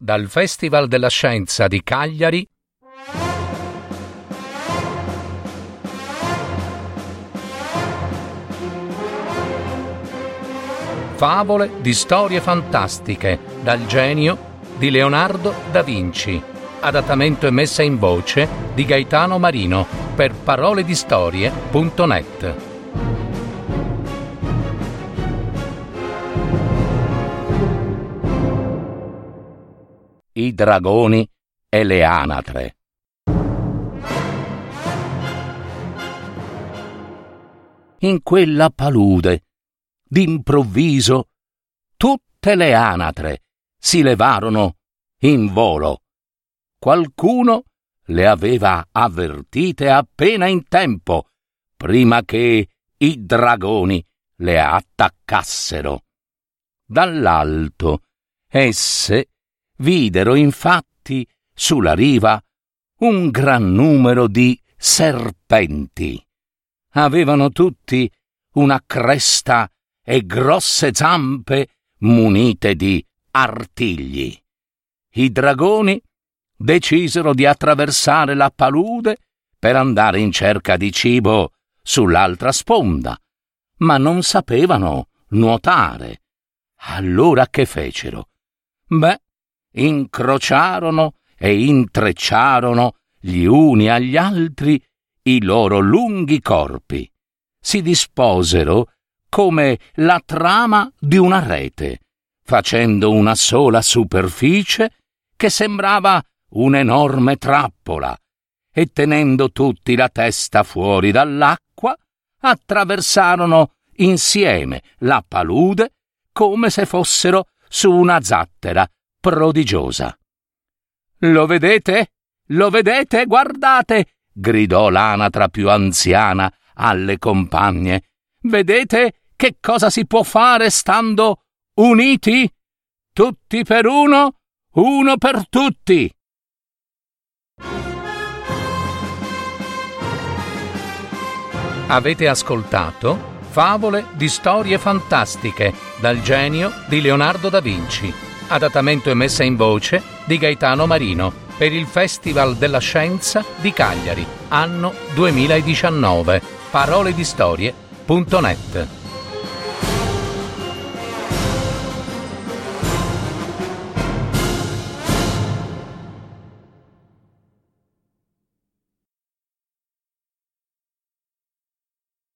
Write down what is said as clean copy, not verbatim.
dal Festival della Scienza di Cagliari, favole di storie fantastiche dal genio di Leonardo da Vinci. Adattamento e messa in voce di Gaetano Marino per paroledistorie.net. I dragoni e le anatre. In quella palude, d'improvviso, tutte le anatre si levarono in volo. Qualcuno le aveva avvertite appena in tempo, prima che i dragoni le attaccassero. Dall'alto esse videro infatti sulla riva un gran numero di serpenti. Avevano tutti una cresta e grosse zampe munite di artigli. I dragoni decisero di attraversare la palude per andare in cerca di cibo sull'altra sponda, ma non sapevano nuotare. Allora che fecero? Incrociarono e intrecciarono gli uni agli altri i loro lunghi corpi. Si disposero come la trama di una rete, facendo una sola superficie che sembrava un'enorme trappola, e tenendo tutti la testa fuori dall'acqua, attraversarono insieme la palude come se fossero su una zattera prodigiosa. «Lo vedete? Lo vedete? Guardate!» gridò l'anatra più anziana alle compagne. «Vedete che cosa si può fare stando uniti? Tutti per uno, uno per tutti!» Avete ascoltato Favole di storie fantastiche dal genio di Leonardo da Vinci. Adattamento e messa in voce di Gaetano Marino per il Festival della Scienza di Cagliari, anno 2019. paroledistorie.net.